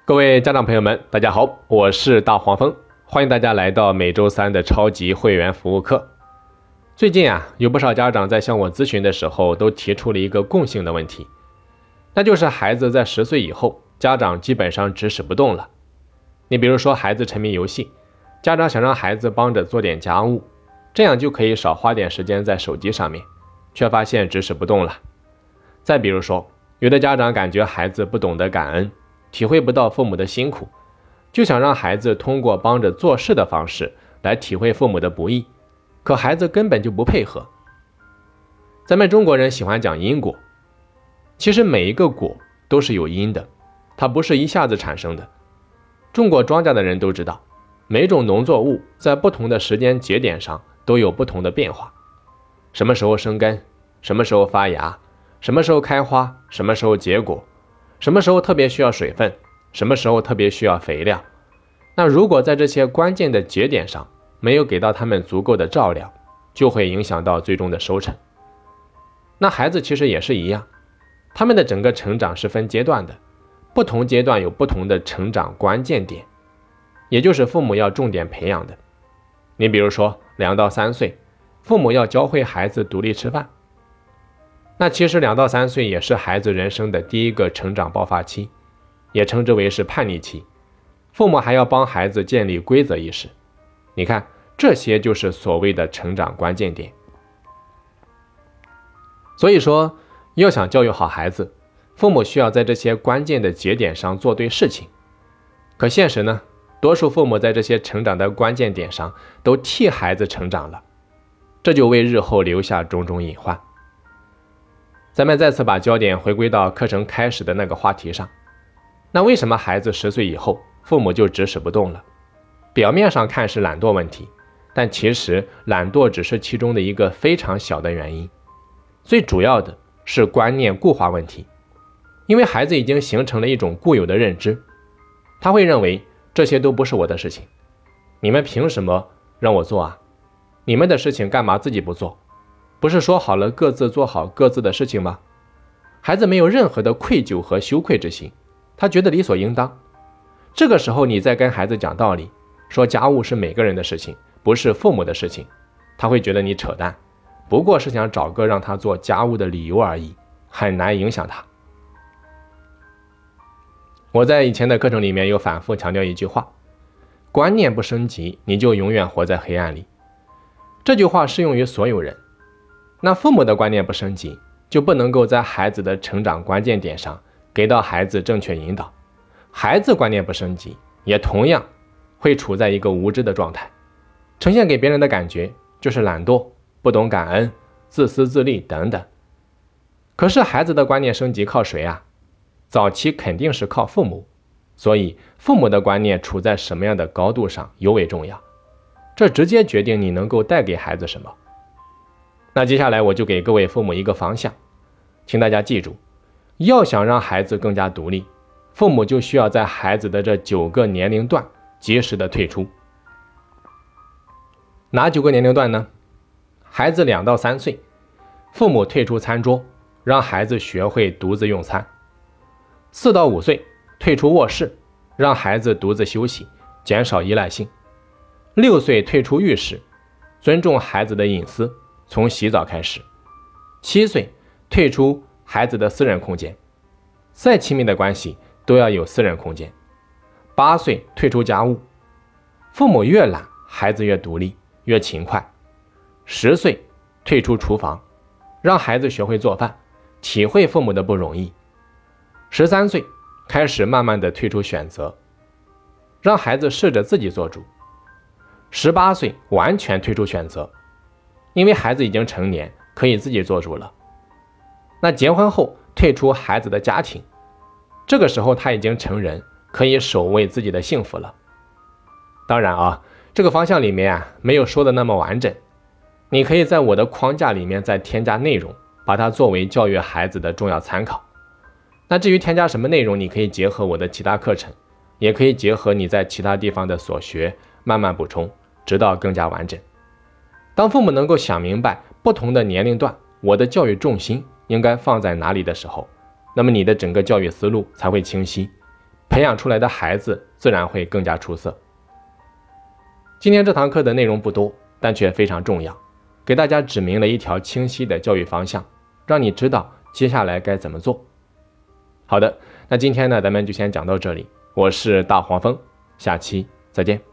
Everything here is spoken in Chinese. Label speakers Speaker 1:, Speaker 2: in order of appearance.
Speaker 1: 各位家长朋友们，大家好，我是大黄蜂，欢迎大家来到每周三的超级会员服务课。最近有不少家长在向我咨询的时候，都提出了一个共性的问题，那就是孩子在10岁以后，家长基本上指使不动了。你比如说孩子沉迷游戏，家长想让孩子帮着做点家务，这样就可以少花点时间在手机上面，却发现指使不动了。再比如说，有的家长感觉孩子不懂得感恩，体会不到父母的辛苦，就想让孩子通过帮着做事的方式来体会父母的不易，可孩子根本就不配合。咱们中国人喜欢讲因果，其实每一个果都是有因的，它不是一下子产生的。种过庄稼的人都知道，每种农作物在不同的时间节点上都有不同的变化，什么时候生根，什么时候发芽，什么时候开花，什么时候结果，什么时候特别需要水分，什么时候特别需要肥料。那如果在这些关键的节点上没有给到他们足够的照料，就会影响到最终的收成。那孩子其实也是一样，他们的整个成长是分阶段的，不同阶段有不同的成长关键点，也就是父母要重点培养的。你比如说2到3岁，父母要教会孩子独立吃饭。那其实2到3岁也是孩子人生的第一个成长爆发期，也称之为是叛逆期。父母还要帮孩子建立规则意识。你看，这些就是所谓的成长关键点。所以说，要想教育好孩子，父母需要在这些关键的节点上做对事情。可现实呢，多数父母在这些成长的关键点上都替孩子成长了，这就为日后留下种种隐患。咱们再次把焦点回归到课程开始的那个话题上。那为什么孩子10岁以后，父母就指使不动了？表面上看是懒惰问题，但其实懒惰只是其中的一个非常小的原因，最主要的是观念固化问题。因为孩子已经形成了一种固有的认知，他会认为这些都不是我的事情，你们凭什么让我做啊？你们的事情干嘛自己不做？不是说好了各自做好各自的事情吗？孩子没有任何的愧疚和羞愧之心，他觉得理所应当。这个时候你再跟孩子讲道理，说家务是每个人的事情，不是父母的事情，他会觉得你扯淡，不过是想找个让他做家务的理由而已，很难影响他。我在以前的课程里面有反复强调一句话，观念不升级，你就永远活在黑暗里。这句话适用于所有人。那父母的观念不升级，就不能够在孩子的成长关键点上给到孩子正确引导。孩子观念不升级，也同样会处在一个无知的状态，呈现给别人的感觉就是懒惰、不懂感恩、自私自利等等。可是孩子的观念升级靠谁啊？早期肯定是靠父母，所以父母的观念处在什么样的高度上尤为重要，这直接决定你能够带给孩子什么。那接下来我就给各位父母一个方向，请大家记住，要想让孩子更加独立，父母就需要在孩子的这9个年龄段及时的退出。哪9个年龄段呢？孩子2到3岁，父母退出餐桌，让孩子学会独自用餐。4到5岁，退出卧室，让孩子独自休息，减少依赖性。6岁退出浴室，尊重孩子的隐私，从洗澡开始。7岁退出孩子的私人空间，再亲密的关系都要有私人空间。8岁退出家务，父母越懒，孩子越独立，越勤快。10岁退出厨房，让孩子学会做饭，体会父母的不容易。13岁开始慢慢的退出选择，让孩子试着自己做主。18岁完全退出选择，因为孩子已经成年，可以自己做主了。那结婚后退出孩子的家庭，这个时候他已经成人，可以守卫自己的幸福了。当然这个方向里面没有说的那么完整，你可以在我的框架里面再添加内容，把它作为教育孩子的重要参考。那至于添加什么内容，你可以结合我的其他课程，也可以结合你在其他地方的所学，慢慢补充，直到更加完整。当父母能够想明白不同的年龄段，我的教育重心应该放在哪里的时候，那么你的整个教育思路才会清晰， 培养出来的孩子自然会更加出色。今天这堂课的内容不多，但却非常重要，给大家指明了一条清晰的教育方向，让你知道接下来该怎么做。好的，那今天呢，咱们就先讲到这里。我是大黄蜂，下期再见。